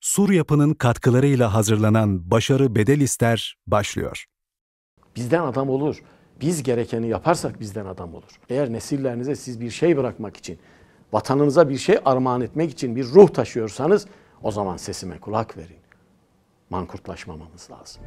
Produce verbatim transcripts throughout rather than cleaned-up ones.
Sur Yapı'nın katkılarıyla hazırlanan Başarı Bedel İster başlıyor. Bizden adam olur. Biz gerekeni yaparsak bizden adam olur. Eğer nesillerinize siz bir şey bırakmak için, vatanınıza bir şey armağan etmek için bir ruh taşıyorsanız o zaman sesime kulak verin. Mankurtlaşmamamız lazım.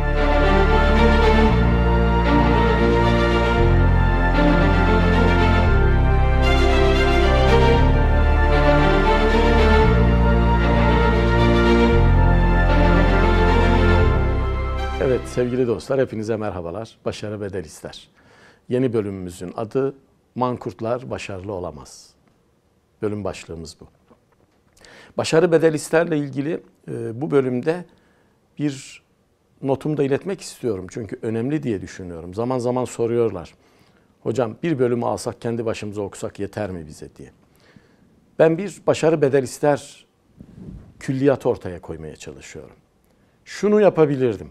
Evet sevgili dostlar, hepinize merhabalar. Başarı Bedel İster. Yeni bölümümüzün adı Mankurtlar Başarılı Olamaz. Bölüm başlığımız bu. Başarı Bedel İster'le ilgili e, bu bölümde bir notumu da iletmek istiyorum. Çünkü önemli diye düşünüyorum. Zaman zaman soruyorlar. Hocam bir bölümü alsak kendi başımıza okusak yeter mi bize diye. Ben bir Başarı Bedel İster külliyatı ortaya koymaya çalışıyorum. Şunu yapabilirdim.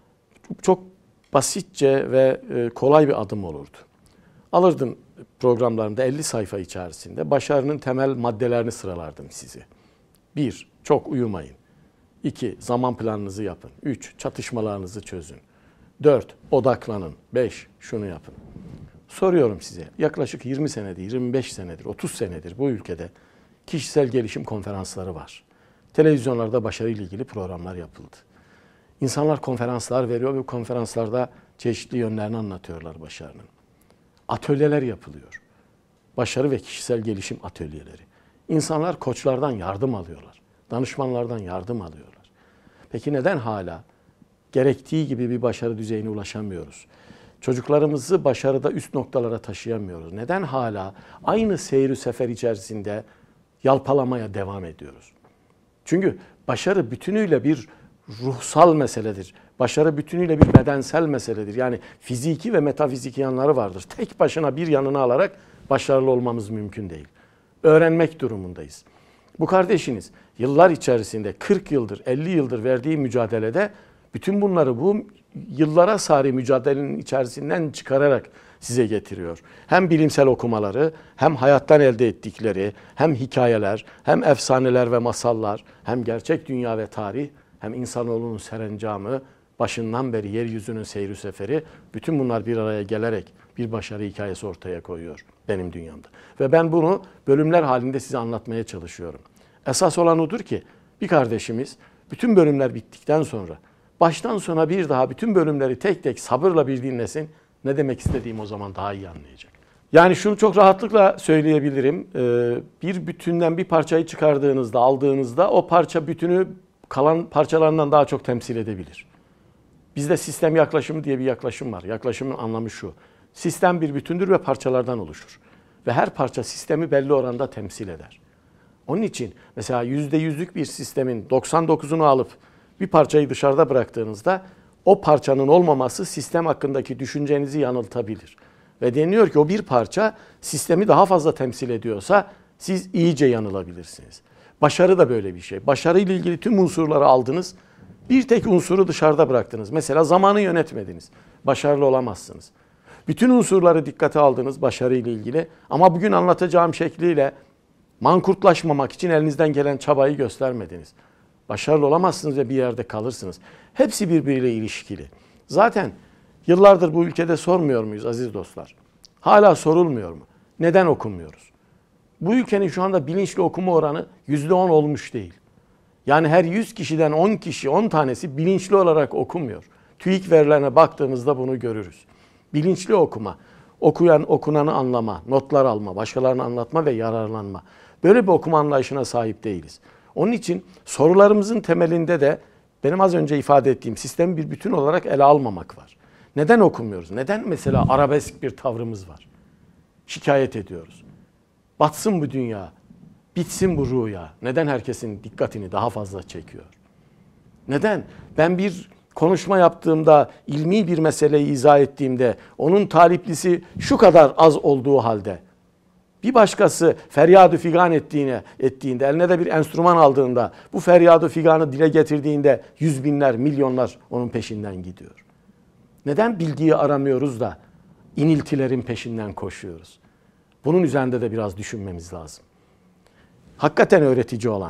Çok basitçe ve kolay bir adım olurdu. Alırdım programlarımda elli sayfa içerisinde başarının temel maddelerini sıralardım size. Bir, çok uyumayın. İki, zaman planınızı yapın. Üç, çatışmalarınızı çözün. Dört, odaklanın. Beş, şunu yapın. Soruyorum size, yaklaşık yirmi senedir, yirmi beş senedir, otuz senedir bu ülkede kişisel gelişim konferansları var. Televizyonlarda başarıyla ilgili programlar yapıldı. İnsanlar konferanslar veriyor ve bu konferanslarda çeşitli yönlerini anlatıyorlar başarının. Atölyeler yapılıyor. Başarı ve kişisel gelişim atölyeleri. İnsanlar koçlardan yardım alıyorlar. Danışmanlardan yardım alıyorlar. Peki neden hala gerektiği gibi bir başarı düzeyine ulaşamıyoruz? Çocuklarımızı başarıda üst noktalara taşıyamıyoruz. Neden hala aynı seyri sefer içerisinde yalpalamaya devam ediyoruz? Çünkü başarı bütünüyle bir ruhsal meseledir. Başarı bütünüyle bir bedensel meseledir. Yani fiziki ve metafiziki yanları vardır. Tek başına bir yanını alarak başarılı olmamız mümkün değil. Öğrenmek durumundayız. Bu kardeşiniz yıllar içerisinde kırk yıldır, elli yıldır verdiği mücadelede bütün bunları bu yıllara sari mücadelenin içerisinden çıkararak size getiriyor. Hem bilimsel okumaları, hem hayattan elde ettikleri, hem hikayeler, hem efsaneler ve masallar, hem gerçek dünya ve tarih, hem insanoğlunun serencamı, başından beri yeryüzünün seyri seferi, bütün bunlar bir araya gelerek bir başarı hikayesi ortaya koyuyor benim dünyamda. Ve ben bunu bölümler halinde size anlatmaya çalışıyorum. Esas olan odur ki bir kardeşimiz bütün bölümler bittikten sonra baştan sona bir daha bütün bölümleri tek tek sabırla bir dinlesin. Ne demek istediğimi o zaman daha iyi anlayacak. Yani şunu çok rahatlıkla söyleyebilirim. Bir bütünden bir parçayı çıkardığınızda, aldığınızda o parça bütünü kalan parçalarından daha çok temsil edebilir. Bizde sistem yaklaşımı diye bir yaklaşım var. Yaklaşımın anlamı şu. Sistem bir bütündür ve parçalardan oluşur. Ve her parça sistemi belli oranda temsil eder. Onun için mesela yüzde yüzlük bir sistemin doksan dokuzunu alıp bir parçayı dışarıda bıraktığınızda o parçanın olmaması sistem hakkındaki düşüncenizi yanıltabilir. Ve deniyor ki o bir parça sistemi daha fazla temsil ediyorsa siz iyice yanılabilirsiniz. Başarı da böyle bir şey. Başarı ile ilgili tüm unsurları aldınız. Bir tek unsuru dışarıda bıraktınız. Mesela zamanı yönetmediniz. Başarılı olamazsınız. Bütün unsurları dikkate aldınız başarı ile ilgili. Ama bugün anlatacağım şekliyle mankurtlaşmamak için elinizden gelen çabayı göstermediniz. Başarılı olamazsınız ve bir yerde kalırsınız. Hepsi birbiriyle ilişkili. Zaten yıllardır bu ülkede sormuyor muyuz aziz dostlar? Hala sorulmuyor mu? Neden okumuyoruz? Bu ülkenin şu anda bilinçli okuma oranı yüzde on olmuş değil. Yani her yüz kişiden on kişi, on tanesi bilinçli olarak okumuyor. TÜİK verilerine baktığımızda bunu görürüz. Bilinçli okuma, okuyan okunanı anlama, notlar alma, başkalarını anlatma ve yararlanma. Böyle bir okuma anlayışına sahip değiliz. Onun için sorularımızın temelinde de benim az önce ifade ettiğim sistemi bir bütün olarak ele almamak var. Neden okumuyoruz? Neden mesela arabesk bir tavrımız var? Şikayet ediyoruz. Batsın bu dünya, bitsin bu rüya. Neden herkesin dikkatini daha fazla çekiyor? Neden? Ben bir konuşma yaptığımda, ilmi bir meseleyi izah ettiğimde, onun taliplisi şu kadar az olduğu halde, bir başkası feryadı figan ettiğine, ettiğinde, eline de bir enstrüman aldığında, bu feryadı figanı dile getirdiğinde yüz binler, milyonlar onun peşinden gidiyor. Neden bilgiyi aramıyoruz da iniltilerin peşinden koşuyoruz? Bunun üzerinde de biraz düşünmemiz lazım. Hakikaten öğretici olan,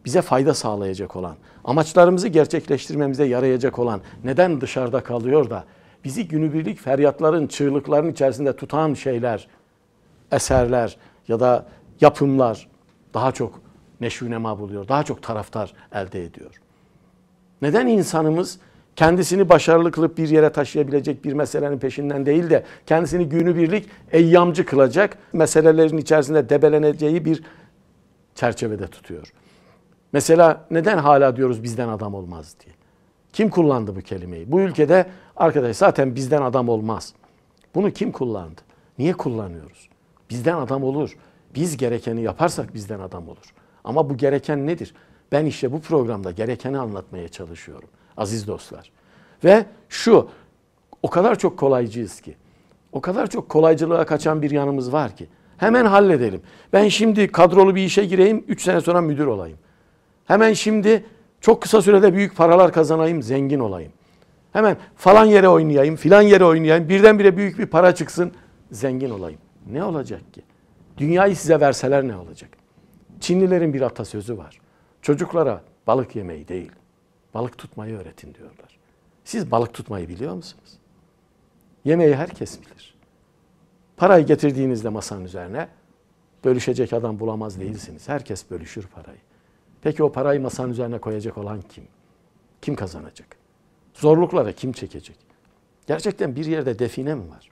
bize fayda sağlayacak olan, amaçlarımızı gerçekleştirmemize yarayacak olan neden dışarıda kalıyor da bizi günübirlik feryatların, çığlıkların içerisinde tutan şeyler, eserler ya da yapımlar daha çok neşvünema buluyor, daha çok taraftar elde ediyor. Neden insanımız kendisini başarılı kılıp bir yere taşıyabilecek bir meselenin peşinden değil de kendisini günübirlik eyyamcı kılacak meselelerin içerisinde debeleneceği bir çerçevede tutuyor? Mesela neden hala diyoruz bizden adam olmaz diye? Kim kullandı bu kelimeyi? Bu ülkede arkadaş zaten bizden adam olmaz. Bunu kim kullandı? Niye kullanıyoruz? Bizden adam olur. Biz gerekeni yaparsak bizden adam olur. Ama bu gereken nedir? Ben işte bu programda gerekeni anlatmaya çalışıyorum aziz dostlar. Ve şu, o kadar çok kolaycıyız ki, o kadar çok kolaycılığa kaçan bir yanımız var ki, hemen halledelim. Ben şimdi kadrolu bir işe gireyim, üç sene sonra müdür olayım. Hemen şimdi çok kısa sürede büyük paralar kazanayım, zengin olayım. Hemen falan yere oynayayım, filan yere oynayayım, birdenbire büyük bir para çıksın, zengin olayım. Ne olacak ki? Dünyayı size verseler ne olacak? Çinlilerin bir atasözü var. Çocuklara balık yemeyi değil, balık tutmayı öğretin diyorlar. Siz balık tutmayı biliyor musunuz? Yemeği herkes bilir. Parayı getirdiğinizde masanın üzerine bölüşecek adam bulamaz değilsiniz. Herkes bölüşür parayı. Peki o parayı masanın üzerine koyacak olan kim? Kim kazanacak? Zorluklara kim çekecek? Gerçekten bir yerde define mi var?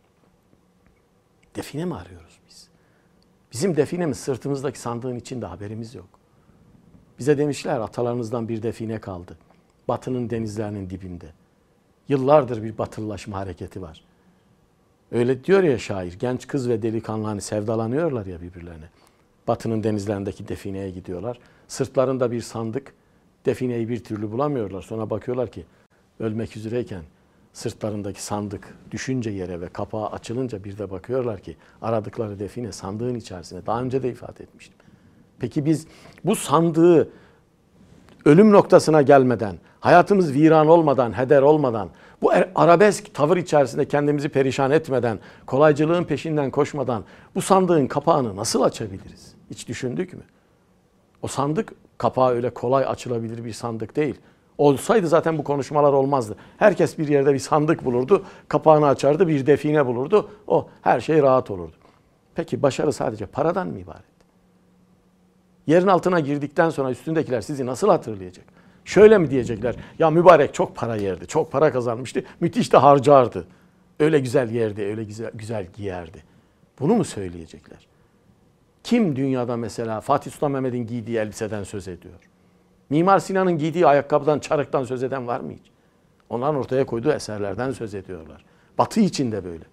Define mi arıyoruz biz? Bizim definemiz sırtımızdaki sandığın içinde, haberimiz yok. Bize demişler atalarınızdan bir define kaldı. Batının denizlerinin dibinde. Yıllardır bir batılılaşma hareketi var. Öyle diyor ya şair, genç kız ve delikanlı hani sevdalanıyorlar ya birbirlerine. Batının denizlerindeki defineye gidiyorlar. Sırtlarında bir sandık, defineyi bir türlü bulamıyorlar. Sonra bakıyorlar ki ölmek üzereyken sırtlarındaki sandık düşünce yere ve kapağı açılınca bir de bakıyorlar ki aradıkları define sandığın içerisinde. Daha önce de ifade etmiştim. Peki biz bu sandığı ölüm noktasına gelmeden, hayatımız viran olmadan, heder olmadan, bu arabesk tavır içerisinde kendimizi perişan etmeden, kolaycılığın peşinden koşmadan bu sandığın kapağını nasıl açabiliriz? Hiç düşündük mü? O sandık kapağı öyle kolay açılabilir bir sandık değil. Olsaydı zaten bu konuşmalar olmazdı. Herkes bir yerde bir sandık bulurdu, kapağını açardı, bir define bulurdu. O her şey rahat olurdu. Peki başarı sadece paradan mı ibaret? Yerin altına girdikten sonra üstündekiler sizi nasıl hatırlayacak? Şöyle mi diyecekler? Ya mübarek çok para yerdi, çok para kazanmıştı, müthiş de harcardı. Öyle güzel yerdi, öyle güzel, güzel giyerdi. Bunu mu söyleyecekler? Kim dünyada mesela Fatih Sultan Mehmet'in giydiği elbiseden söz ediyor? Mimar Sinan'ın giydiği ayakkabıdan, çarıktan söz eden var mı hiç? Onların ortaya koyduğu eserlerden söz ediyorlar. Batı için de böyle.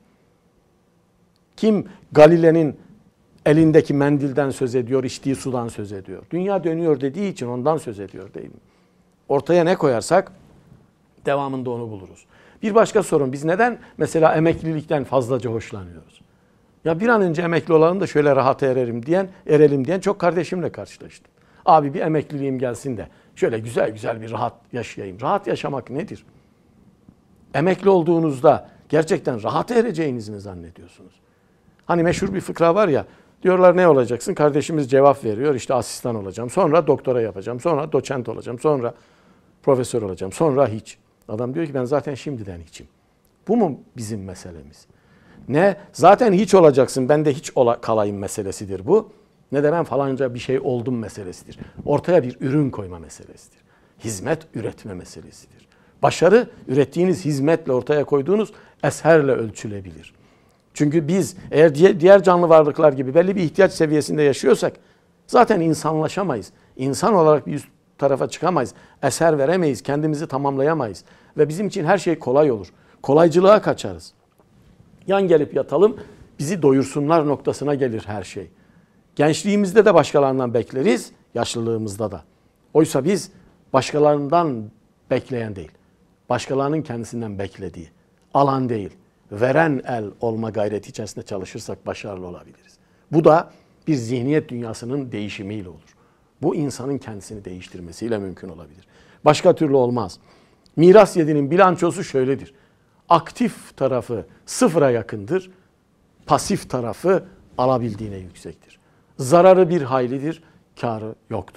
Kim Galile'nin elindeki mendilden söz ediyor, içtiği sudan söz ediyor? Dünya dönüyor dediği için ondan söz ediyor değil mi? Ortaya ne koyarsak devamında onu buluruz. Bir başka sorun, biz neden mesela emeklilikten fazlaca hoşlanıyoruz? Ya bir an önce emekli olalım da şöyle rahat erelim diyen, erelim diyen çok kardeşimle karşılaştım. Abi bir emekliliğim gelsin de şöyle güzel güzel bir rahat yaşayayım. Rahat yaşamak nedir? Emekli olduğunuzda gerçekten rahat ereceğinizi mi zannediyorsunuz? Hani meşhur bir fıkra var ya, diyorlar ne olacaksın? Kardeşimiz cevap veriyor, işte asistan olacağım, sonra doktora yapacağım, sonra doçent olacağım, sonra profesör olacağım, sonra hiç. Adam diyor ki ben zaten şimdiden hiçim. Bu mu bizim meselemiz? Ne zaten hiç olacaksın, ben de hiç ola, kalayım meselesidir bu. Ne de ben falanca bir şey oldum meselesidir. Ortaya bir ürün koyma meselesidir. Hizmet üretme meselesidir. Başarı ürettiğiniz hizmetle ortaya koyduğunuz eserle ölçülebilir. Çünkü biz eğer diğer canlı varlıklar gibi belli bir ihtiyaç seviyesinde yaşıyorsak zaten insanlaşamayız. İnsan olarak bir üst tarafa çıkamayız. Eser veremeyiz, kendimizi tamamlayamayız. Ve bizim için her şey kolay olur. Kolaycılığa kaçarız. Yan gelip yatalım, bizi doyursunlar noktasına gelir her şey. Gençliğimizde de başkalarından bekleriz, yaşlılığımızda da. Oysa biz başkalarından bekleyen değil, başkalarının kendisinden beklediği, alan değil, veren el olma gayreti içerisinde çalışırsak başarılı olabiliriz. Bu da bir zihniyet dünyasının değişimiyle olur. Bu insanın kendisini değiştirmesiyle mümkün olabilir. Başka türlü olmaz. Miras yedi'nin bilançosu şöyledir. Aktif tarafı sıfıra yakındır, pasif tarafı alabildiğine yüksektir. Zararı bir haylidir, kârı yoktur.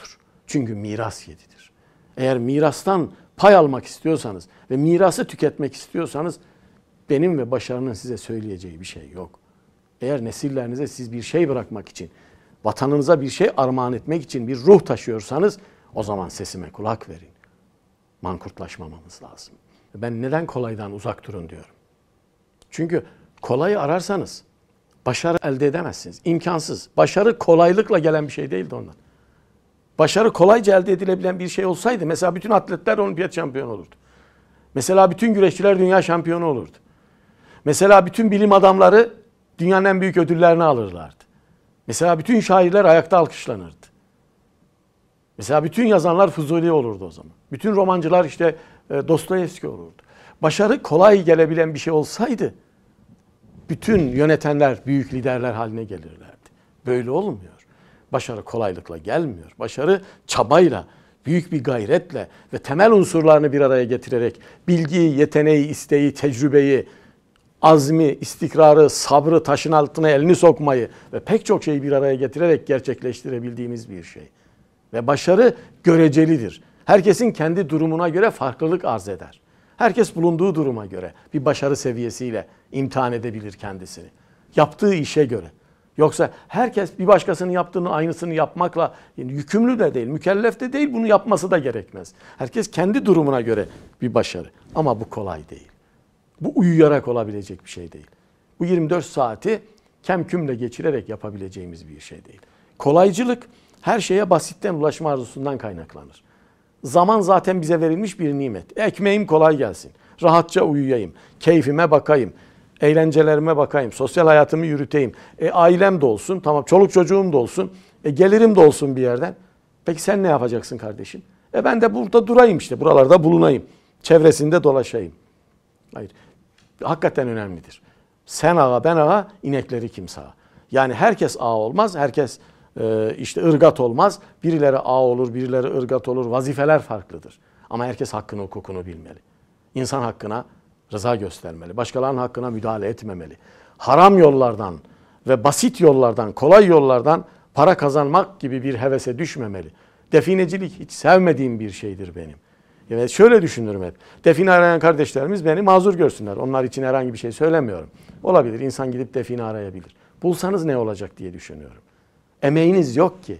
Çünkü miras yedidir. Eğer mirastan pay almak istiyorsanız ve mirası tüketmek istiyorsanız benim ve başarının size söyleyeceği bir şey yok. Eğer nesillerinize siz bir şey bırakmak için, vatanınıza bir şey armağan etmek için bir ruh taşıyorsanız o zaman sesime kulak verin. Mankurtlaşmamamız lazım. Ben neden kolaydan uzak durun diyorum. Çünkü kolayı ararsanız başarı elde edemezsiniz. İmkansız. Başarı kolaylıkla gelen bir şey değildi ondan. Başarı kolayca elde edilebilen bir şey olsaydı mesela bütün atletler olimpiyat şampiyonu olurdu. Mesela bütün güreşçiler dünya şampiyonu olurdu. Mesela bütün bilim adamları dünyanın en büyük ödüllerini alırlardı. Mesela bütün şairler ayakta alkışlanırdı. Mesela bütün yazanlar Fuzuli olurdu o zaman. Bütün romancılar işte Dostoyevski olurdu. Başarı kolay gelebilen bir şey olsaydı bütün yönetenler büyük liderler haline gelirlerdi. Böyle olmuyor. Başarı kolaylıkla gelmiyor. Başarı çabayla, büyük bir gayretle ve temel unsurlarını bir araya getirerek bilgiyi, yeteneği, isteği, tecrübeyi, azmi, istikrarı, sabrı, taşın altına elini sokmayı ve pek çok şeyi bir araya getirerek gerçekleştirebildiğimiz bir şey. Ve başarı görecelidir. Herkesin kendi durumuna göre farklılık arz eder. Herkes bulunduğu duruma göre bir başarı seviyesiyle imtihan edebilir kendisini. Yaptığı işe göre. Yoksa herkes bir başkasının yaptığını aynısını yapmakla yani yükümlü de değil, mükellef de değil, bunu yapması da gerekmez. Herkes kendi durumuna göre bir başarı. Ama bu kolay değil. Bu uyuyarak olabilecek bir şey değil. Bu yirmi dört saati kemkümle geçirerek yapabileceğimiz bir şey değil. Kolaycılık her şeye basitten ulaşma arzusundan kaynaklanır. Zaman zaten bize verilmiş bir nimet. Ekmeğim kolay gelsin. Rahatça uyuyayım. Keyfime bakayım. Eğlencelerime bakayım. Sosyal hayatımı yürüteyim. E, ailem de olsun. Tamam, çoluk çocuğum da olsun. E, gelirim de olsun bir yerden. Peki sen ne yapacaksın kardeşim? E ben de burada durayım işte. Buralarda bulunayım. Çevresinde dolaşayım. Hayır. Hakikaten önemlidir. Sen ağa, ben ağa, inekleri kimse ağa. Yani herkes ağa olmaz. Herkes e, işte ırgat olmaz. Birileri ağa olur, birileri ırgat olur. Vazifeler farklıdır. Ama herkes hakkını, hukukunu bilmeli. İnsan hakkına rıza göstermeli. Başkalarının hakkına müdahale etmemeli. Haram yollardan ve basit yollardan, kolay yollardan para kazanmak gibi bir hevese düşmemeli. Definecilik hiç sevmediğim bir şeydir benim. Evet, şöyle düşünürüm hep. Define arayan kardeşlerimiz beni mazur görsünler. Onlar için herhangi bir şey söylemiyorum. Olabilir. İnsan gidip define arayabilir. Bulsanız ne olacak diye düşünüyorum. Emeğiniz yok ki.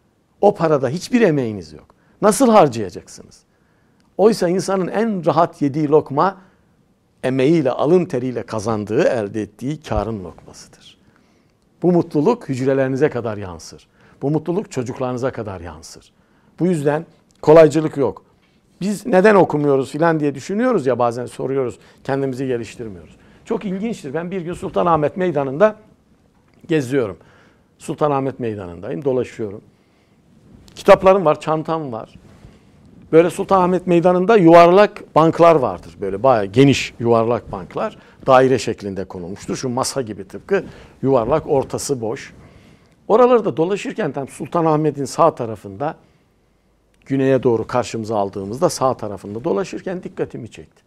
O parada hiçbir emeğiniz yok. Nasıl harcayacaksınız? Oysa insanın en rahat yediği lokma emeğiyle, alın teriyle kazandığı, elde ettiği karın lokmasıdır. Bu mutluluk hücrelerinize kadar yansır. Bu mutluluk çocuklarınıza kadar yansır. Bu yüzden kolaycılık yok. Biz neden okumuyoruz filan diye düşünüyoruz ya, bazen soruyoruz, kendimizi geliştirmiyoruz. Çok ilginçtir. Ben bir gün Sultanahmet Meydanı'nda geziyorum. Sultanahmet Meydanı'ndayım, dolaşıyorum. Kitaplarım var, çantam var. Böyle Sultanahmet Meydanı'nda yuvarlak banklar vardır. Böyle bayağı geniş yuvarlak banklar. Daire şeklinde konulmuştur. Şu masa gibi tıpkı, yuvarlak, ortası boş. Oralarda dolaşırken tam Sultanahmet'in sağ tarafında, güneye doğru karşımıza aldığımızda sağ tarafında dolaşırken dikkatimi çekti.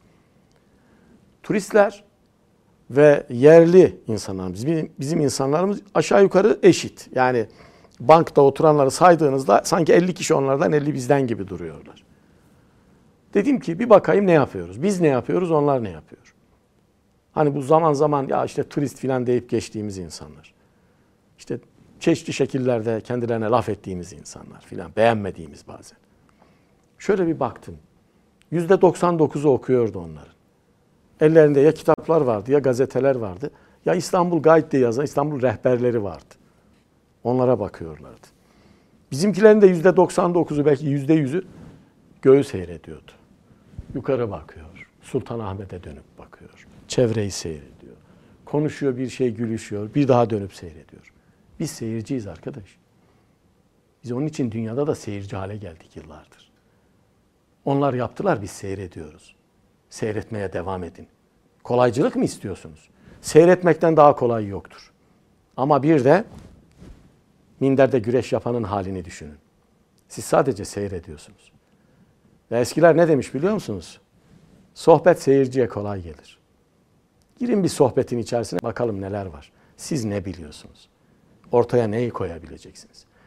Turistler ve yerli insanlarımız, bizim, bizim insanlarımız aşağı yukarı eşit. Yani bankta oturanları saydığınızda sanki elli kişi onlardan, elli bizden gibi duruyorlar. Dedim ki bir bakayım ne yapıyoruz? Biz ne yapıyoruz, onlar ne yapıyor? Hani bu zaman zaman ya işte turist filan deyip geçtiğimiz insanlar. İşte çeşitli şekillerde kendilerine laf ettiğimiz insanlar filan, beğenmediğimiz bazen. Şöyle bir baktım. yüzde doksan dokuzu okuyordu onların. Ellerinde ya kitaplar vardı, ya gazeteler vardı, ya İstanbul Guide diye yazan İstanbul rehberleri vardı. Onlara bakıyorlardı. Bizimkilerin de yüzde doksan dokuzu, belki yüzde yüzü göğü seyrediyordu. Yukarı bakıyor. Sultanahmet'e dönüp bakıyor. Çevreyi seyrediyor. Konuşuyor, bir şey gülüşüyor. Bir daha dönüp seyrediyor. Biz seyirciyiz arkadaş. Biz onun için dünyada da seyirci hale geldik yıllardır. Onlar yaptılar, biz seyrediyoruz. Seyretmeye devam edin. Kolaycılık mı istiyorsunuz? Seyretmekten daha kolay yoktur. Ama bir de minderde güreş yapanın halini düşünün. Siz sadece seyrediyorsunuz. Ve eskiler ne demiş biliyor musunuz? Sohbet seyirciye kolay gelir. Girin bir sohbetin içerisine, bakalım neler var. Siz ne biliyorsunuz? Ortaya neyi koyabileceksiniz?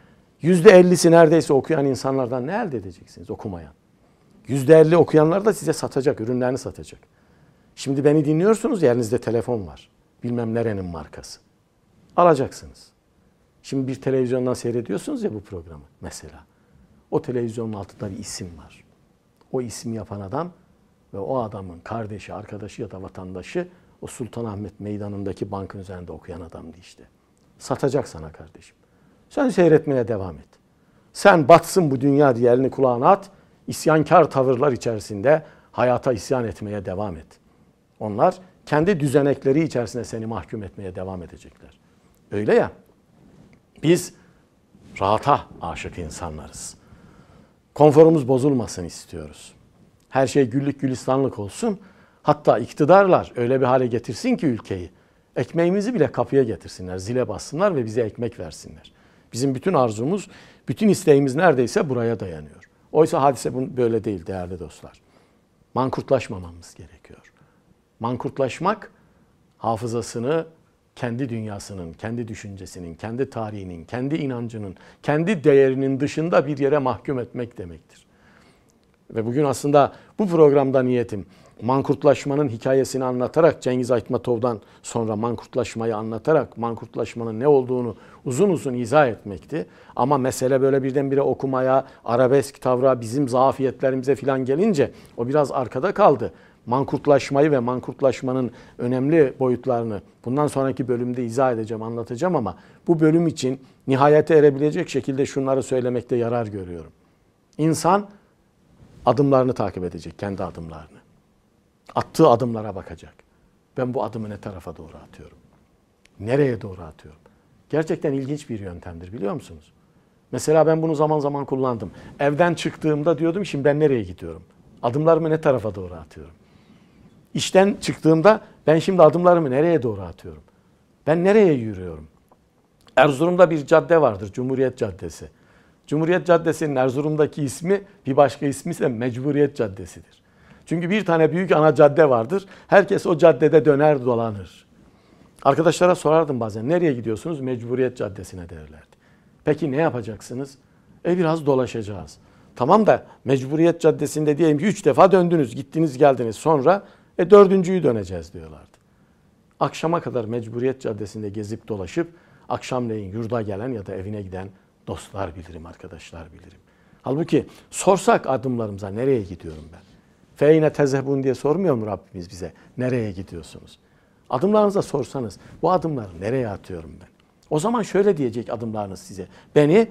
yüzde ellisi neredeyse okuyan insanlardan ne elde edeceksiniz okumayan? yüzde elli okuyanlar da size satacak, ürünlerini satacak. Şimdi beni dinliyorsunuz, elinizde telefon var. Bilmem nerenin markası. Alacaksınız. Şimdi bir televizyondan seyrediyorsunuz ya bu programı mesela. O televizyonun altında bir isim var. O ismi yapan adam ve o adamın kardeşi, arkadaşı ya da vatandaşı o Sultanahmet Meydanı'ndaki bankın üzerinde okuyan adamdı işte. Satacak sana kardeşim. Sen seyretmeye devam et. Sen batsın bu dünya diye elini kulağına at. İsyankar tavırlar içerisinde hayata isyan etmeye devam et. Onlar kendi düzenekleri içerisinde seni mahkum etmeye devam edecekler. Öyle ya, biz rahata aşık insanlarız. Konforumuz bozulmasın istiyoruz. Her şey güllük gülistanlık olsun. Hatta iktidarlar öyle bir hale getirsin ki ülkeyi, ekmeğimizi bile kapıya getirsinler, zile bassınlar ve bize ekmek versinler. Bizim bütün arzumuz, bütün isteğimiz neredeyse buraya dayanıyor. Oysa hadise böyle değil değerli dostlar. Mankurtlaşmamamız gerekiyor. Mankurtlaşmak, hafızasını kendi dünyasının, kendi düşüncesinin, kendi tarihinin, kendi inancının, kendi değerinin dışında bir yere mahkum etmek demektir. Ve bugün aslında bu programda niyetim mankurtlaşmanın hikayesini anlatarak, Cengiz Aytmatov'dan sonra mankurtlaşmayı anlatarak, mankurtlaşmanın ne olduğunu uzun uzun izah etmekti. Ama mesele böyle birdenbire okumaya, arabesk tavra, bizim zafiyetlerimize falan gelince o biraz arkada kaldı. Mankurtlaşmayı ve mankurtlaşmanın önemli boyutlarını bundan sonraki bölümde izah edeceğim, anlatacağım ama bu bölüm için nihayete erebilecek şekilde şunları söylemekte yarar görüyorum. İnsan adımlarını takip edecek, kendi adımlarını. Attığı adımlara bakacak. Ben bu adımı ne tarafa doğru atıyorum? Nereye doğru atıyorum? Gerçekten ilginç bir yöntemdir, biliyor musunuz? Mesela ben bunu zaman zaman kullandım. Evden çıktığımda diyordum, şimdi ben nereye gidiyorum? Adımlarımı ne tarafa doğru atıyorum? İşten çıktığımda ben şimdi adımlarımı nereye doğru atıyorum? Ben nereye yürüyorum? Erzurum'da bir cadde vardır, Cumhuriyet Caddesi. Cumhuriyet Caddesi'nin Erzurum'daki ismi, bir başka ismi ise Mecburiyet Caddesi'dir. Çünkü bir tane büyük ana cadde vardır. Herkes o caddede döner dolanır. Arkadaşlara sorardım bazen, nereye gidiyorsunuz? Mecburiyet Caddesi'ne derlerdi. Peki ne yapacaksınız? E biraz dolaşacağız. Tamam da Mecburiyet Caddesi'nde diyelim ki üç defa döndünüz, gittiniz geldiniz. Sonra e dördüncüyü döneceğiz diyorlardı. Akşama kadar Mecburiyet Caddesi'nde gezip dolaşıp akşamleyin yurda gelen ya da evine giden dostlar bilirim, arkadaşlar bilirim. Halbuki sorsak adımlarımıza nereye gidiyorum ben? Feyne tezehbun diye sormuyor mu Rabbimiz bize? Nereye gidiyorsunuz? Adımlarınıza sorsanız bu adımları nereye atıyorum ben? O zaman şöyle diyecek adımlarınız size. Beni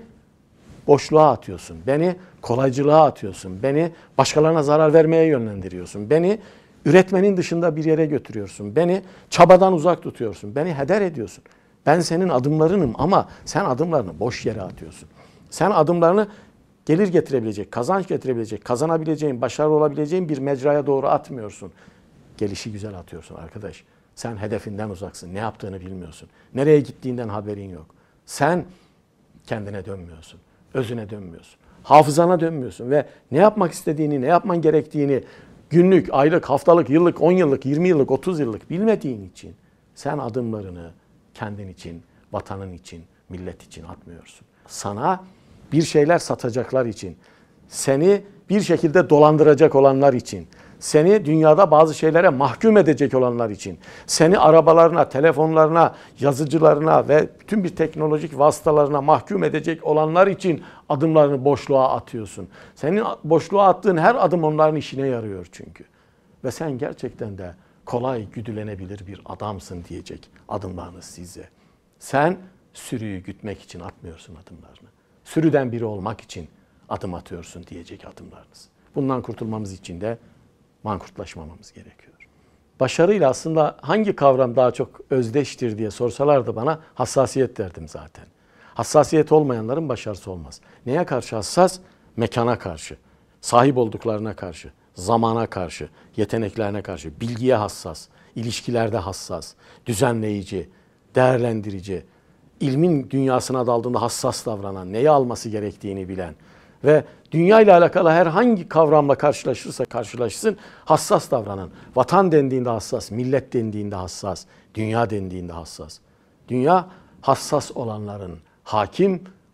boşluğa atıyorsun. Beni kolaycılığa atıyorsun. Beni başkalarına zarar vermeye yönlendiriyorsun. Beni üretmenin dışında bir yere götürüyorsun. Beni çabadan uzak tutuyorsun. Beni heder ediyorsun. Ben senin adımlarınım ama sen adımlarını boş yere atıyorsun. Sen adımlarını gelir getirebilecek, kazanç getirebilecek, kazanabileceğin, başarılı olabileceğin bir mecraya doğru atmıyorsun. Gelişi güzel atıyorsun arkadaş. Sen hedefinden uzaksın. Ne yaptığını bilmiyorsun. Nereye gittiğinden haberin yok. Sen kendine dönmüyorsun. Özüne dönmüyorsun. Hafızana dönmüyorsun ve ne yapmak istediğini, ne yapman gerektiğini günlük, aylık, haftalık, yıllık, on yıllık, yirmi yıllık, otuz yıllık bilmediğin için sen adımlarını kendin için, vatanın için, millet için atmıyorsun. Sana bir şeyler satacaklar için, seni bir şekilde dolandıracak olanlar için, seni dünyada bazı şeylere mahkum edecek olanlar için, seni arabalarına, telefonlarına, yazıcılarına ve bütün bir teknolojik vasıtalarına mahkum edecek olanlar için adımlarını boşluğa atıyorsun. Senin boşluğa attığın her adım onların işine yarıyor çünkü. Ve sen gerçekten de kolay güdülenebilir bir adamsın diyecek adımlarınız size. Sen sürüyü gütmek için atmıyorsun adımlarını. Sürüden biri olmak için adım atıyorsun diyecek adımlarınız. Bundan kurtulmamız için de mankurtlaşmamamız gerekiyor. Başarıyla aslında hangi kavram daha çok özdeştir diye sorsalardı bana hassasiyet derdim zaten. Hassasiyet olmayanların başarısı olmaz. Neye karşı hassas? Mekana karşı, sahip olduklarına karşı, zamana karşı, yeteneklerine karşı, bilgiye hassas, ilişkilerde hassas, düzenleyici, değerlendirici, ilmin dünyasına daldığında hassas davranan, neyi alması gerektiğini bilen ve dünya ile alakalı herhangi kavramla karşılaşırsa karşılaşsın hassas davranan, vatan dendiğinde hassas, millet dendiğinde hassas, dünya dendiğinde hassas. Dünya hassas olanların hakim,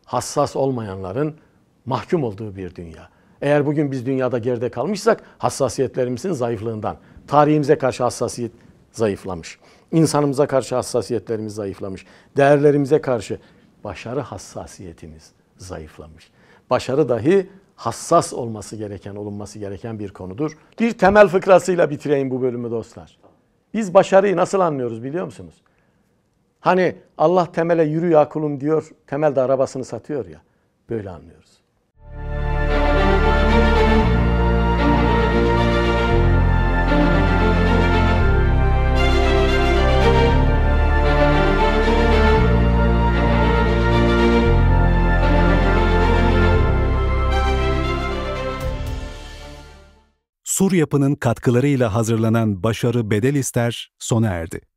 hassas olmayanların mahkum olduğu bir dünya. Eğer bugün biz dünyada geride kalmışsak hassasiyetlerimizin zayıflığından, tarihimize karşı hassasiyet zayıflamış, insanımıza karşı hassasiyetlerimiz zayıflamış, değerlerimize karşı başarı hassasiyetimiz zayıflamış. Başarı dahi hassas olması gereken, olunması gereken bir konudur. Bir temel fıkrasıyla bitireyim bu bölümü dostlar. Biz başarıyı nasıl anlıyoruz biliyor musunuz? Hani Allah temele yürü ya kulum diyor, temel de arabasını satıyor ya, böyle anlıyoruz. Sur Yapı'nın katkılarıyla hazırlanan Başarı Bedel İster sona erdi.